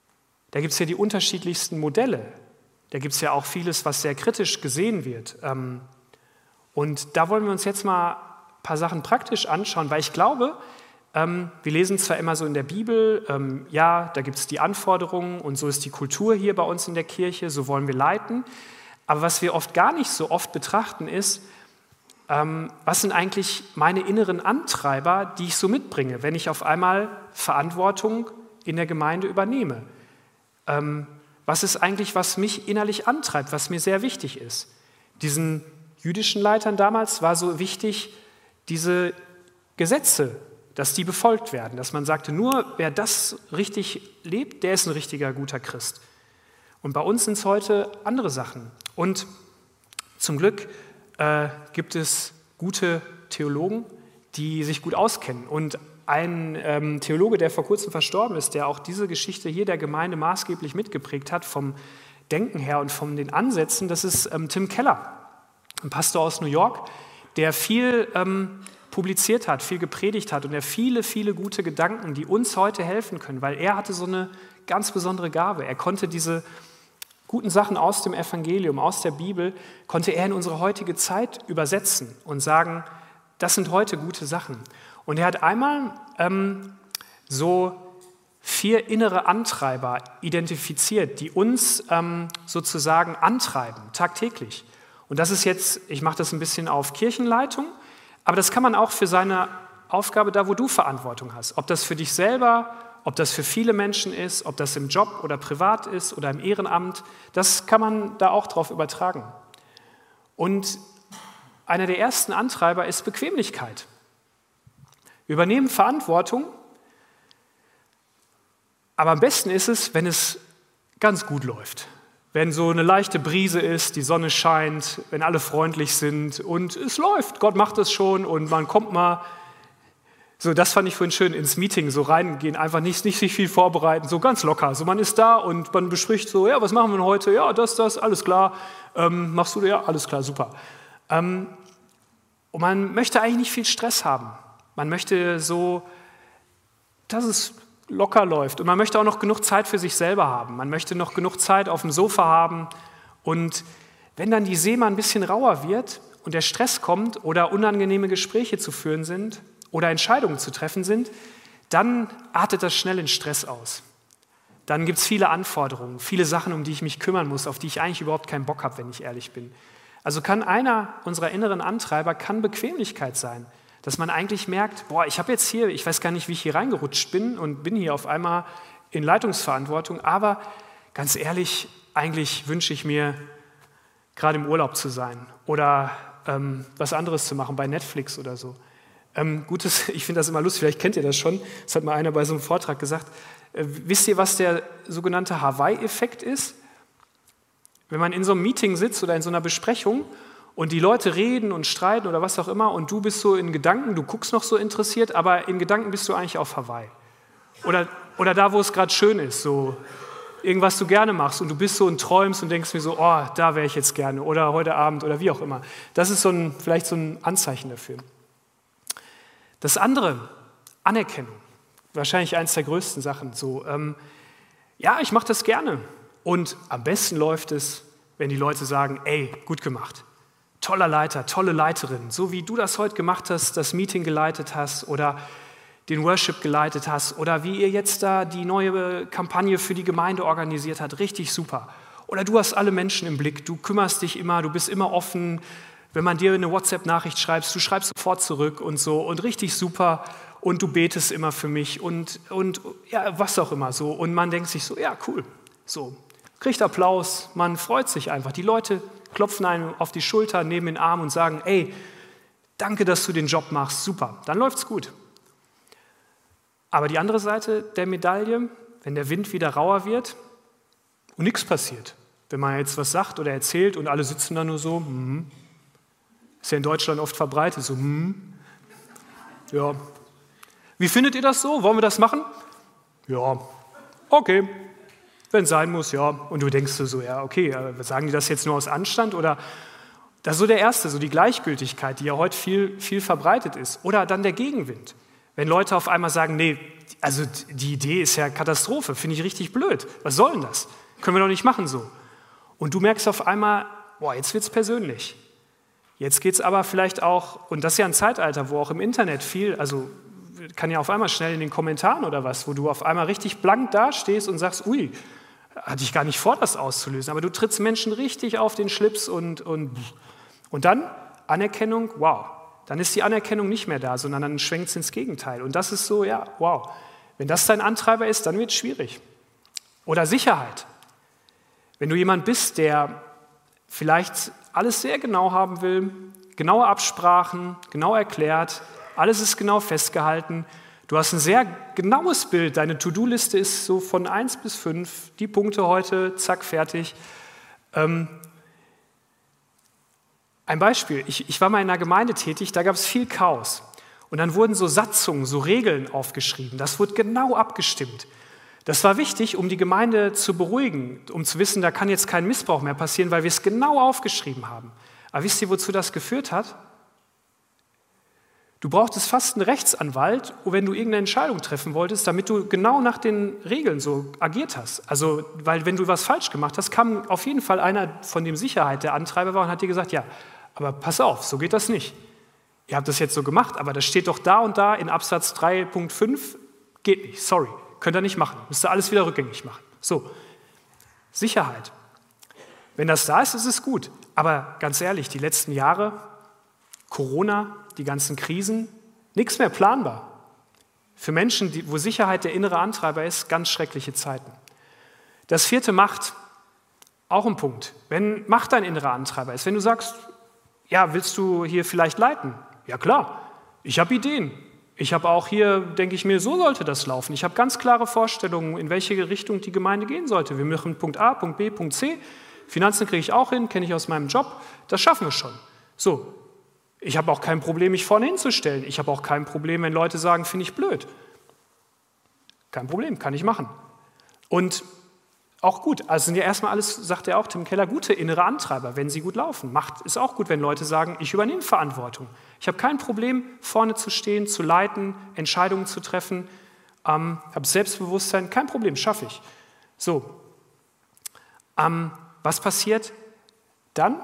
Da gibt es ja die unterschiedlichsten Modelle. Da gibt es ja auch vieles, was sehr kritisch gesehen wird. Und da wollen wir uns jetzt mal ein paar Sachen praktisch anschauen, weil ich glaube, wir lesen zwar immer so in der Bibel, ja, da gibt es die Anforderungen und so ist die Kultur hier bei uns in der Kirche, so wollen wir leiten. Aber was wir oft gar nicht so oft betrachten ist, was sind eigentlich meine inneren Antreiber, die ich so mitbringe, wenn ich auf einmal Verantwortung in der Gemeinde übernehme? Was ist eigentlich, was mich innerlich antreibt, was mir sehr wichtig ist? Diesen jüdischen Leitern damals war so wichtig, diese Gesetze, dass die befolgt werden, dass man sagte, nur wer das richtig lebt, der ist ein richtiger, guter Christ. Und bei uns sind es heute andere Sachen. Und zum Glück äh, gibt es gute Theologen, die sich gut auskennen. Und ein ähm, Theologe, der vor kurzem verstorben ist, der auch diese Geschichte hier der Gemeinde maßgeblich mitgeprägt hat, vom Denken her und von den Ansätzen, das ist ähm, Tim Keller, ein Pastor aus New York, der viel ähm, publiziert hat, viel gepredigt hat und der viele, viele gute Gedanken, die uns heute helfen können, weil er hatte so eine ganz besondere Gabe. Er konnte diese guten Sachen aus dem Evangelium, aus der Bibel, konnte er in unsere heutige Zeit übersetzen und sagen, das sind heute gute Sachen. Und er hat einmal ähm, so vier innere Antreiber identifiziert, die uns ähm, sozusagen antreiben, tagtäglich. Und das ist jetzt, ich mache das ein bisschen auf Kirchenleitung, aber das kann man auch für seine Aufgabe da, wo du Verantwortung hast. Ob das für dich selber, ob das für viele Menschen ist, ob das im Job oder privat ist oder im Ehrenamt, das kann man da auch drauf übertragen. Und einer der ersten Antreiber ist Bequemlichkeit. Wir übernehmen Verantwortung, aber am besten ist es, wenn es ganz gut läuft. Wenn so eine leichte Brise ist, die Sonne scheint, wenn alle freundlich sind und es läuft, Gott macht es schon und man kommt mal, so das fand ich vorhin schön, ins Meeting so reingehen, einfach nicht, nicht sich viel vorbereiten, so ganz locker. So man ist da und man bespricht so, ja, was machen wir denn heute? Ja, das, das, alles klar. Ähm, machst du, ja, alles klar, super. Ähm, und man möchte eigentlich nicht viel Stress haben. Man möchte so, dass es locker läuft. Und man möchte auch noch genug Zeit für sich selber haben. Man möchte noch genug Zeit auf dem Sofa haben. Und wenn dann die See mal ein bisschen rauer wird und der Stress kommt oder unangenehme Gespräche zu führen sind oder Entscheidungen zu treffen sind, dann artet das schnell in Stress aus. Dann gibt es viele Anforderungen, viele Sachen, um die ich mich kümmern muss, auf die ich eigentlich überhaupt keinen Bock habe, wenn ich ehrlich bin. Also kann einer unserer inneren Antreiber kann Bequemlichkeit sein. Dass man eigentlich merkt, boah, ich habe jetzt hier, ich weiß gar nicht, wie ich hier reingerutscht bin und bin hier auf einmal in Leitungsverantwortung, aber ganz ehrlich, eigentlich wünsche ich mir, gerade im Urlaub zu sein oder ähm, was anderes zu machen, bei Netflix oder so. Ähm, Gutes, ich finde das immer lustig, vielleicht kennt ihr das schon, das hat mal einer bei so einem Vortrag gesagt. Äh, wisst ihr, was der sogenannte Hawaii-Effekt ist? Wenn man in so einem Meeting sitzt oder in so einer Besprechung und die Leute reden und streiten oder was auch immer und du bist so in Gedanken, du guckst noch so interessiert, aber in Gedanken bist du eigentlich auf Hawaii. Oder, oder da, wo es gerade schön ist, so irgendwas du gerne machst und du bist so und träumst und denkst mir so, oh, da wäre ich jetzt gerne oder heute Abend oder wie auch immer. Das ist so ein, vielleicht so ein Anzeichen dafür. Das andere, Anerkennung, wahrscheinlich eines der größten Sachen. So, ähm, ja, ich mache das gerne und am besten läuft es, wenn die Leute sagen, ey, gut gemacht. Toller Leiter, tolle Leiterin, so wie du das heute gemacht hast, das Meeting geleitet hast oder den Worship geleitet hast oder wie ihr jetzt da die neue Kampagne für die Gemeinde organisiert habt, richtig super. Oder du hast alle Menschen im Blick, du kümmerst dich immer, du bist immer offen, wenn man dir eine WhatsApp-Nachricht schreibst, du schreibst sofort zurück und so und richtig super und du betest immer für mich und, und ja, was auch immer so und man denkt sich so, ja cool, so, kriegt Applaus, man freut sich einfach, die Leute klopfen einem auf die Schulter, nehmen den Arm und sagen, ey, danke, dass du den Job machst, super, dann läuft's gut. Aber die andere Seite der Medaille, wenn der Wind wieder rauer wird und nichts passiert, wenn man jetzt was sagt oder erzählt und alle sitzen da nur so, mm, ist ja in Deutschland oft verbreitet, so, mm, ja. Wie findet ihr das so? Wollen wir das machen? Ja, okay. Wenn es sein muss, ja. Und du denkst so, ja, okay, sagen die das jetzt nur aus Anstand? Oder das ist so der erste, so die Gleichgültigkeit, die ja heute viel, viel verbreitet ist. Oder dann der Gegenwind. Wenn Leute auf einmal sagen, nee, also die Idee ist ja Katastrophe, finde ich richtig blöd. Was soll denn das? Können wir doch nicht machen so. Und du merkst auf einmal, boah, jetzt wird es persönlich. Jetzt geht es aber vielleicht auch, und das ist ja ein Zeitalter, wo auch im Internet viel, also kann ja auf einmal schnell in den Kommentaren oder was, wo du auf einmal richtig blank dastehst und sagst, ui, hatte ich gar nicht vor, das auszulösen. Aber du trittst Menschen richtig auf den Schlips und, und, und dann Anerkennung, wow. Dann ist die Anerkennung nicht mehr da, sondern dann schwenkt es ins Gegenteil. Und das ist so, ja, wow. Wenn das dein Antreiber ist, dann wird es schwierig. Oder Sicherheit. Wenn du jemand bist, der vielleicht alles sehr genau haben will, genaue Absprachen, genau erklärt, alles ist genau festgehalten, du hast ein sehr genaues Bild, deine To-Do-Liste ist so von eins bis fünf, die Punkte heute, zack, fertig. Ähm, Ein Beispiel, ich, ich war mal in einer Gemeinde tätig, da gab es viel Chaos. Und dann wurden so Satzungen, so Regeln aufgeschrieben. Das wurde genau abgestimmt. Das war wichtig, um die Gemeinde zu beruhigen, um zu wissen, da kann jetzt kein Missbrauch mehr passieren, weil wir es genau aufgeschrieben haben. Aber wisst ihr, wozu das geführt hat? Du brauchtest fast einen Rechtsanwalt, wenn du irgendeine Entscheidung treffen wolltest, damit du genau nach den Regeln so agiert hast. Also, weil wenn du was falsch gemacht hast, kam auf jeden Fall einer, von dem Sicherheit der Antreiber war und hat dir gesagt, ja, aber pass auf, so geht das nicht. Ihr habt das jetzt so gemacht, aber das steht doch da und da in Absatz drei Punkt fünf, geht nicht, sorry, könnt ihr nicht machen, müsst ihr alles wieder rückgängig machen. So, Sicherheit. Wenn das da ist, ist es gut. Aber ganz ehrlich, die letzten Jahre, Corona, die ganzen Krisen, nichts mehr planbar. Für Menschen, die, wo Sicherheit der innere Antreiber ist, ganz schreckliche Zeiten. Das vierte Macht, auch ein Punkt. Wenn Macht dein innerer Antreiber ist, wenn du sagst, ja, willst du hier vielleicht leiten? Ja klar, ich habe Ideen. Ich habe auch hier, denke ich mir, so sollte das laufen. Ich habe ganz klare Vorstellungen, in welche Richtung die Gemeinde gehen sollte. Wir machen Punkt A, Punkt B, Punkt C. Finanzen kriege ich auch hin, kenne ich aus meinem Job. Das schaffen wir schon. So, ich habe auch kein Problem, mich vorne hinzustellen. Ich habe auch kein Problem, wenn Leute sagen, finde ich blöd. Kein Problem, kann ich machen. Und auch gut, also sind ja erstmal alles, sagt er auch, Tim Keller, gute innere Antreiber, wenn sie gut laufen. Macht ist auch gut, wenn Leute sagen, ich übernehme Verantwortung. Ich habe kein Problem, vorne zu stehen, zu leiten, Entscheidungen zu treffen, ähm, habe Selbstbewusstsein, kein Problem, schaffe ich. So, ähm, was passiert dann,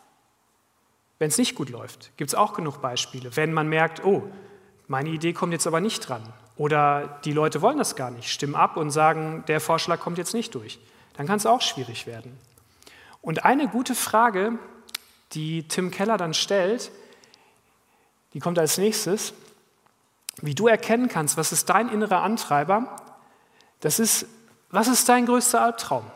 wenn es nicht gut läuft? Gibt es auch genug Beispiele. Wenn man merkt, oh, meine Idee kommt jetzt aber nicht dran oder die Leute wollen das gar nicht, stimmen ab und sagen, der Vorschlag kommt jetzt nicht durch, dann kann es auch schwierig werden. Und eine gute Frage, die Tim Keller dann stellt, die kommt als nächstes, wie du erkennen kannst, was ist dein innerer Antreiber, das ist, was ist dein größter Albtraum?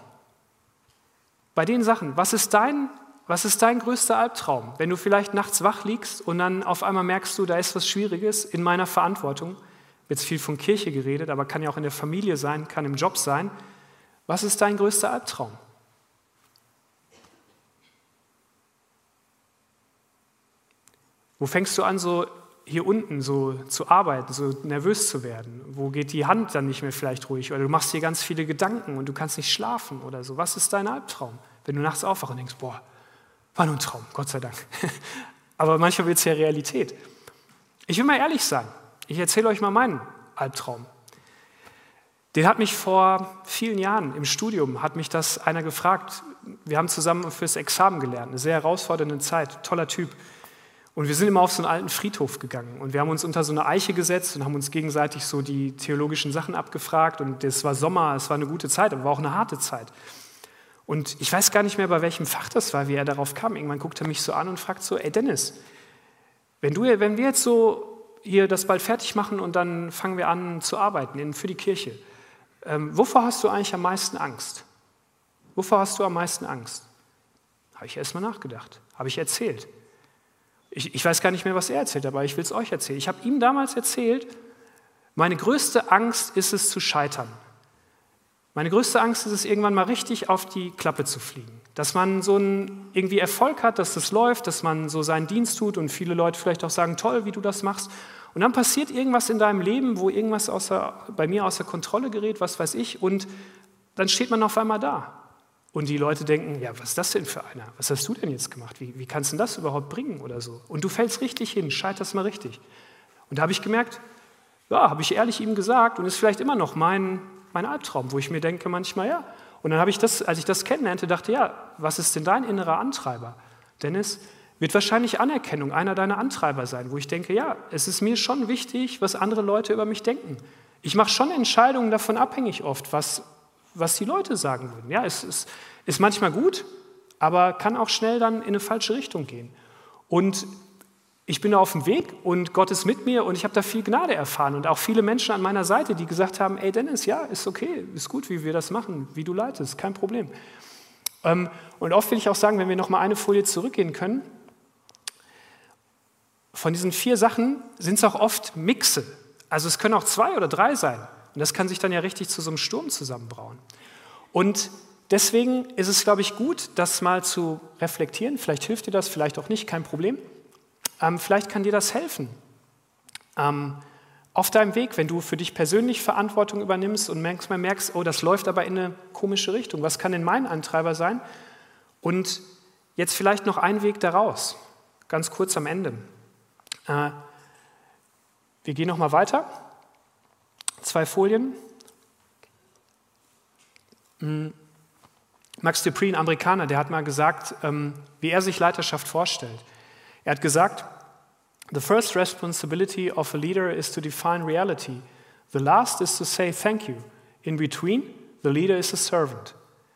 Bei den Sachen, was ist dein, was ist dein größter Albtraum? Wenn du vielleicht nachts wach liegst und dann auf einmal merkst du, da ist was Schwieriges in meiner Verantwortung, wird viel von Kirche geredet, aber kann ja auch in der Familie sein, kann im Job sein. Was ist dein größter Albtraum? Wo fängst du an, so hier unten so zu arbeiten, so nervös zu werden? Wo geht die Hand dann nicht mehr vielleicht ruhig? Oder du machst dir ganz viele Gedanken und du kannst nicht schlafen oder so. Was ist dein Albtraum? Wenn du nachts aufwachst und denkst, boah, war nur ein Traum, Gott sei Dank. Aber manchmal wird es ja Realität. Ich will mal ehrlich sein. Ich erzähle euch mal meinen Albtraum. Den hat mich vor vielen Jahren im Studium, hat mich das einer gefragt. Wir haben zusammen fürs Examen gelernt, eine sehr herausfordernde Zeit, toller Typ. Und wir sind immer auf so einen alten Friedhof gegangen und wir haben uns unter so eine Eiche gesetzt und haben uns gegenseitig so die theologischen Sachen abgefragt und es war Sommer, es war eine gute Zeit, aber war auch eine harte Zeit. Und ich weiß gar nicht mehr, bei welchem Fach das war, wie er darauf kam. Irgendwann guckt er mich so an und fragt so, ey Dennis, wenn, du, wenn wir jetzt so hier das bald fertig machen und dann fangen wir an zu arbeiten für die Kirche, ähm, wovor hast du eigentlich am meisten Angst? Wovor hast du am meisten Angst? Habe ich erst mal nachgedacht, habe ich erzählt. Ich, ich weiß gar nicht mehr, was er erzählt hat, aber ich will es euch erzählen. Ich habe ihm damals erzählt, meine größte Angst ist es zu scheitern. Meine größte Angst ist es, irgendwann mal richtig auf die Klappe zu fliegen. Dass man so einen irgendwie Erfolg hat, dass das läuft, dass man so seinen Dienst tut und viele Leute vielleicht auch sagen, toll, wie du das machst. Und dann passiert irgendwas in deinem Leben, wo irgendwas außer, bei mir außer Kontrolle gerät, was weiß ich, und dann steht man auf einmal da. Und die Leute denken, ja, was ist das denn für einer? Was hast du denn jetzt gemacht? Wie, wie kannst du das überhaupt bringen oder so? Und du fällst richtig hin, scheiterst mal richtig. Und da habe ich gemerkt, Ja, habe ich ehrlich ihm gesagt und ist vielleicht immer noch mein, mein Albtraum, wo ich mir denke manchmal, ja. Und dann habe ich das, als ich das kennenlernte, dachte, ja, was ist denn dein innerer Antreiber? Dennis, wird wahrscheinlich Anerkennung einer deiner Antreiber sein, wo ich denke, ja, es ist mir schon wichtig, was andere Leute über mich denken. Ich mache schon Entscheidungen davon abhängig oft, was, was die Leute sagen würden. Ja, es ist, ist manchmal gut, aber kann auch schnell dann in eine falsche Richtung gehen. Und ich bin da auf dem Weg und Gott ist mit mir und ich habe da viel Gnade erfahren und auch viele Menschen an meiner Seite, die gesagt haben, ey Dennis, ja, ist okay, ist gut, wie wir das machen, wie du leitest, kein Problem. Und oft will ich auch sagen, wenn wir noch mal eine Folie zurückgehen können, von diesen vier Sachen sind es auch oft Mixe. Also es können auch zwei oder drei sein. Und das kann sich dann ja richtig zu so einem Sturm zusammenbrauen. Und deswegen ist es, glaube ich, gut, das mal zu reflektieren. Vielleicht hilft dir das, vielleicht auch nicht, kein Problem. Ähm, vielleicht kann dir das helfen. Ähm, auf deinem Weg, wenn du für dich persönlich Verantwortung übernimmst und manchmal merkst, oh, das läuft aber in eine komische Richtung. Was kann denn mein Antreiber sein? Und jetzt vielleicht noch ein Weg daraus, ganz kurz am Ende. Äh, wir gehen noch mal weiter. Zwei Folien. Max De Pree, ein Amerikaner, der hat mal gesagt, ähm, wie er sich Leiterschaft vorstellt. Er hat gesagt, the first responsibility of a leader is to define reality. The last is to say thank you. In between, the leader is a servant.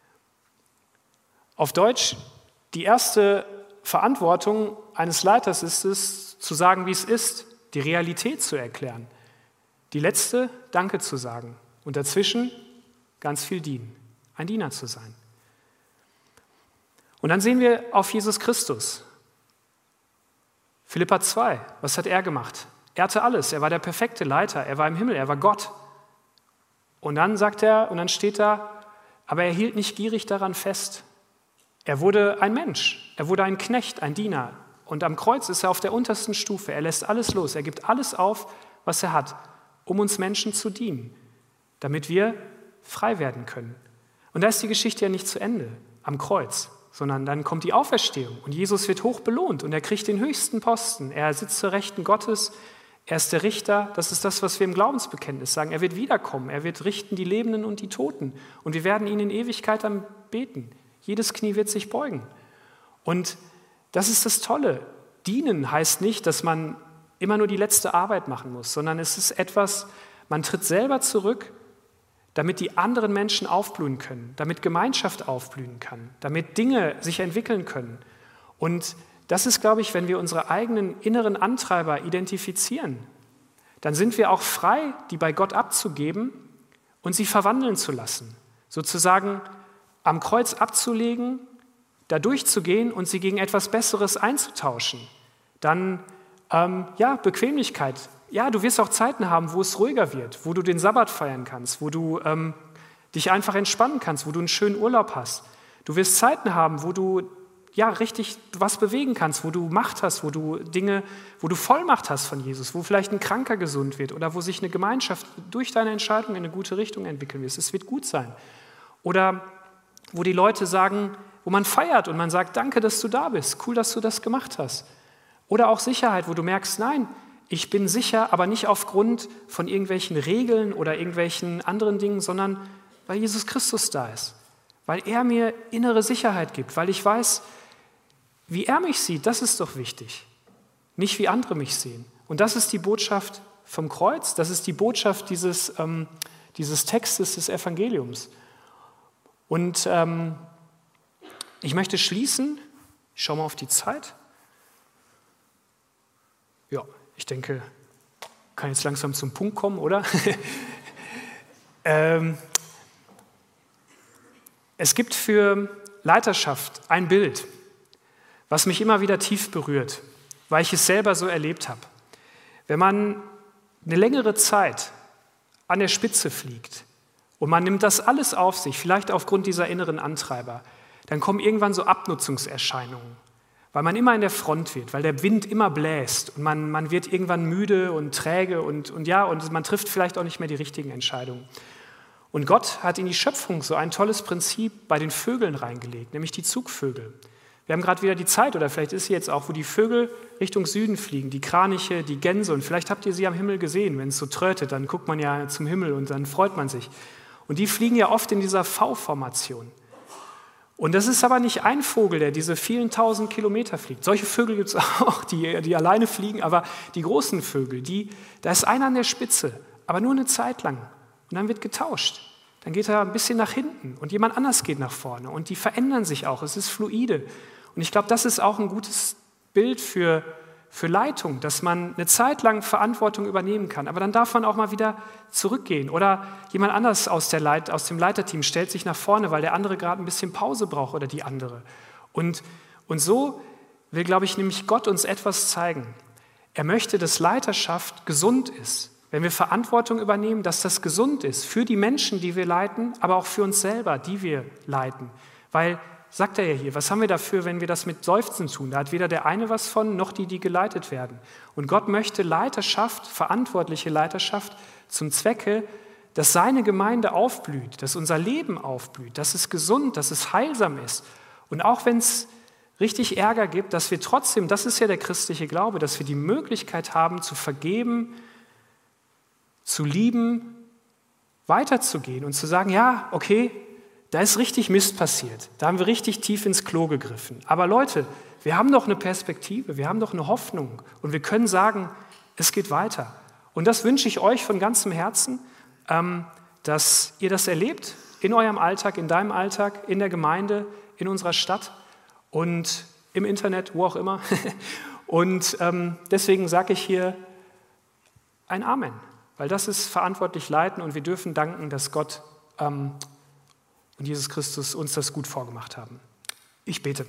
Auf Deutsch, die erste Verantwortung eines Leiters ist es, zu sagen, wie es ist, die Realität zu erklären. Die letzte, Danke zu sagen. Und dazwischen ganz viel dienen, ein Diener zu sein. Und dann sehen wir auf Jesus Christus. Philipper zwei, was hat er gemacht? Er hatte alles, er war der perfekte Leiter, er war im Himmel, er war Gott. Und dann sagt er, und dann steht da, aber er hielt nicht gierig daran fest. Er wurde ein Mensch, er wurde ein Knecht, ein Diener. Und am Kreuz ist er auf der untersten Stufe, er lässt alles los, er gibt alles auf, was er hat, um uns Menschen zu dienen, damit wir frei werden können. Und da ist die Geschichte ja nicht zu Ende am Kreuz, sondern dann kommt die Auferstehung und Jesus wird hoch belohnt und er kriegt den höchsten Posten. Er sitzt zur Rechten Gottes, er ist der Richter, das ist das, was wir im Glaubensbekenntnis sagen. Er wird wiederkommen, er wird richten die Lebenden und die Toten und wir werden ihn in Ewigkeit dann beten. Jedes Knie wird sich beugen. Und das ist das Tolle. Dienen heißt nicht, dass man immer nur die letzte Arbeit machen muss, sondern es ist etwas, man tritt selber zurück, damit die anderen Menschen aufblühen können, damit Gemeinschaft aufblühen kann, damit Dinge sich entwickeln können. Und das ist, glaube ich, wenn wir unsere eigenen inneren Antreiber identifizieren, dann sind wir auch frei, die bei Gott abzugeben und sie verwandeln zu lassen. Sozusagen am Kreuz abzulegen, da durchzugehen und sie gegen etwas Besseres einzutauschen. Dann, ähm, ja, Bequemlichkeit. Ja, du wirst auch Zeiten haben, wo es ruhiger wird, wo du den Sabbat feiern kannst, wo du ähm, dich einfach entspannen kannst, wo du einen schönen Urlaub hast. Du wirst Zeiten haben, wo du ja richtig was bewegen kannst, wo du Macht hast, wo du Dinge, wo du Vollmacht hast von Jesus, wo vielleicht ein Kranker gesund wird oder wo sich eine Gemeinschaft durch deine Entscheidung in eine gute Richtung entwickeln wird. Es wird gut sein. Oder wo die Leute sagen, wo man feiert und man sagt, danke, dass du da bist, cool, dass du das gemacht hast. Oder auch Sicherheit, wo du merkst, nein, ich bin sicher, aber nicht aufgrund von irgendwelchen Regeln oder irgendwelchen anderen Dingen, sondern weil Jesus Christus da ist. Weil er mir innere Sicherheit gibt, weil ich weiß, wie er mich sieht, das ist doch wichtig. Nicht wie andere mich sehen. Und das ist die Botschaft vom Kreuz, das ist die Botschaft dieses, ähm, dieses Textes des Evangeliums. Und ähm, ich möchte schließen, ich schaue mal auf die Zeit. Ja, ich denke, kann jetzt langsam zum Punkt kommen, oder? ähm, es gibt für Leiterschaft ein Bild, was mich immer wieder tief berührt, weil ich es selber so erlebt habe. Wenn man eine längere Zeit an der Spitze fliegt und man nimmt das alles auf sich, vielleicht aufgrund dieser inneren Antreiber, dann kommen irgendwann so Abnutzungserscheinungen, weil man immer in der Front wird, weil der Wind immer bläst und man, man wird irgendwann müde und träge und, und ja, und man trifft vielleicht auch nicht mehr die richtigen Entscheidungen. Und Gott hat in die Schöpfung so ein tolles Prinzip bei den Vögeln reingelegt, nämlich die Zugvögel. Wir Wir haben gerade wieder die Zeit, oder vielleicht ist sie jetzt auch, wo die Vögel Richtung Süden fliegen, die Kraniche, die Gänse. Und vielleicht habt ihr sie am Himmel gesehen. Wenn es so trötet, dann guckt man ja zum Himmel und dann freut man sich. Und die fliegen ja oft in dieser V-Formation. Und das ist aber nicht ein Vogel, der diese vielen tausend Kilometer fliegt. Solche Vögel gibt es auch, die, die alleine fliegen, aber die großen Vögel, die, da ist einer an der Spitze, aber nur eine Zeit lang. Und dann wird getauscht. Dann geht er ein bisschen nach hinten und jemand anders geht nach vorne. Und die verändern sich auch, es ist fluide. Und ich glaube, das ist auch ein gutes Bild für, für Leitung, dass man eine Zeit lang Verantwortung übernehmen kann. Aber dann darf man auch mal wieder zurückgehen. Oder jemand anders aus, der Leit, aus dem Leiterteam stellt sich nach vorne, weil der andere gerade ein bisschen Pause braucht oder die andere. Und, und so will, glaube ich, nämlich Gott uns etwas zeigen. Er möchte, dass Leiterschaft gesund ist. Wenn wir Verantwortung übernehmen, dass das gesund ist für die Menschen, die wir leiten, aber auch für uns selber, die wir leiten. Weil, sagt er ja hier, was haben wir dafür, wenn wir das mit Seufzen tun? Da hat weder der eine was von, noch die, die geleitet werden. Und Gott möchte Leiterschaft, verantwortliche Leiterschaft zum Zwecke, dass seine Gemeinde aufblüht, dass unser Leben aufblüht, dass es gesund, dass es heilsam ist. Und auch wenn es richtig Ärger gibt, dass wir trotzdem, das ist ja der christliche Glaube, dass wir die Möglichkeit haben, zu vergeben, zu lieben, weiterzugehen und zu sagen, ja, okay, da ist richtig Mist passiert, da haben wir richtig tief ins Klo gegriffen. Aber Leute, wir haben doch eine Perspektive, wir haben doch eine Hoffnung und wir können sagen, es geht weiter. Und das wünsche ich euch von ganzem Herzen, dass ihr das erlebt in eurem Alltag, in deinem Alltag, in der Gemeinde, in unserer Stadt und im Internet, wo auch immer. Und deswegen sage ich hier ein Amen. Weil das ist verantwortlich leiten und wir dürfen danken, dass Gott ähm, und Jesus Christus uns das gut vorgemacht haben. Ich bete.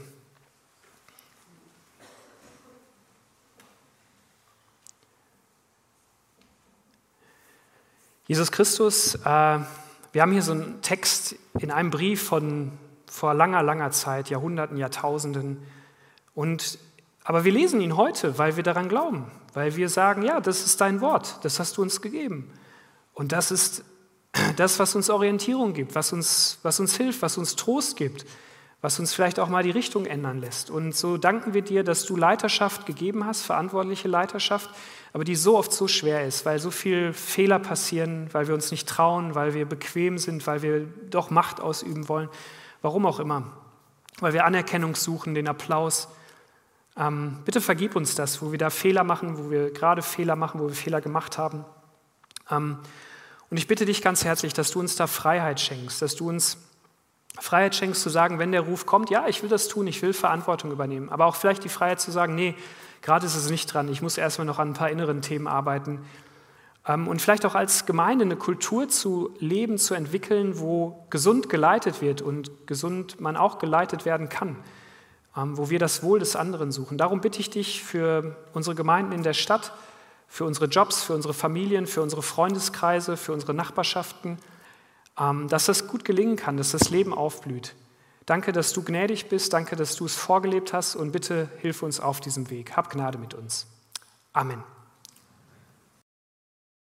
Jesus Christus, äh, wir haben hier so einen Text in einem Brief von vor langer, langer Zeit, Jahrhunderten, Jahrtausenden. Und, aber wir lesen ihn heute, weil wir daran glauben. Weil wir sagen, ja, das ist dein Wort, das hast du uns gegeben. Und das ist das, was uns Orientierung gibt, was uns, was uns hilft, was uns Trost gibt, was uns vielleicht auch mal die Richtung ändern lässt. Und so danken wir dir, dass du Leiterschaft gegeben hast, verantwortliche Leiterschaft, aber die so oft so schwer ist, weil so viele Fehler passieren, weil wir uns nicht trauen, weil wir bequem sind, weil wir doch Macht ausüben wollen, warum auch immer, weil wir Anerkennung suchen, den Applaus. Ähm, bitte vergib uns das, wo wir da Fehler machen, wo wir gerade Fehler machen, wo wir Fehler gemacht haben. Ähm, und ich bitte dich ganz herzlich, dass du uns da Freiheit schenkst, dass du uns Freiheit schenkst zu sagen, wenn der Ruf kommt, ja, ich will das tun, ich will Verantwortung übernehmen, aber auch vielleicht die Freiheit zu sagen, nee, gerade ist es nicht dran, ich muss erstmal noch an ein paar inneren Themen arbeiten. Ähm, und vielleicht auch als Gemeinde eine Kultur zu leben, zu entwickeln, wo gesund geleitet wird und gesund man auch geleitet werden kann. Wo wir das Wohl des anderen suchen. Darum bitte ich dich für unsere Gemeinden in der Stadt, für unsere Jobs, für unsere Familien, für unsere Freundeskreise, für unsere Nachbarschaften, dass das gut gelingen kann, dass das Leben aufblüht. Danke, dass du gnädig bist, danke, dass du es vorgelebt hast und bitte hilf uns auf diesem Weg. Hab Gnade mit uns. Amen.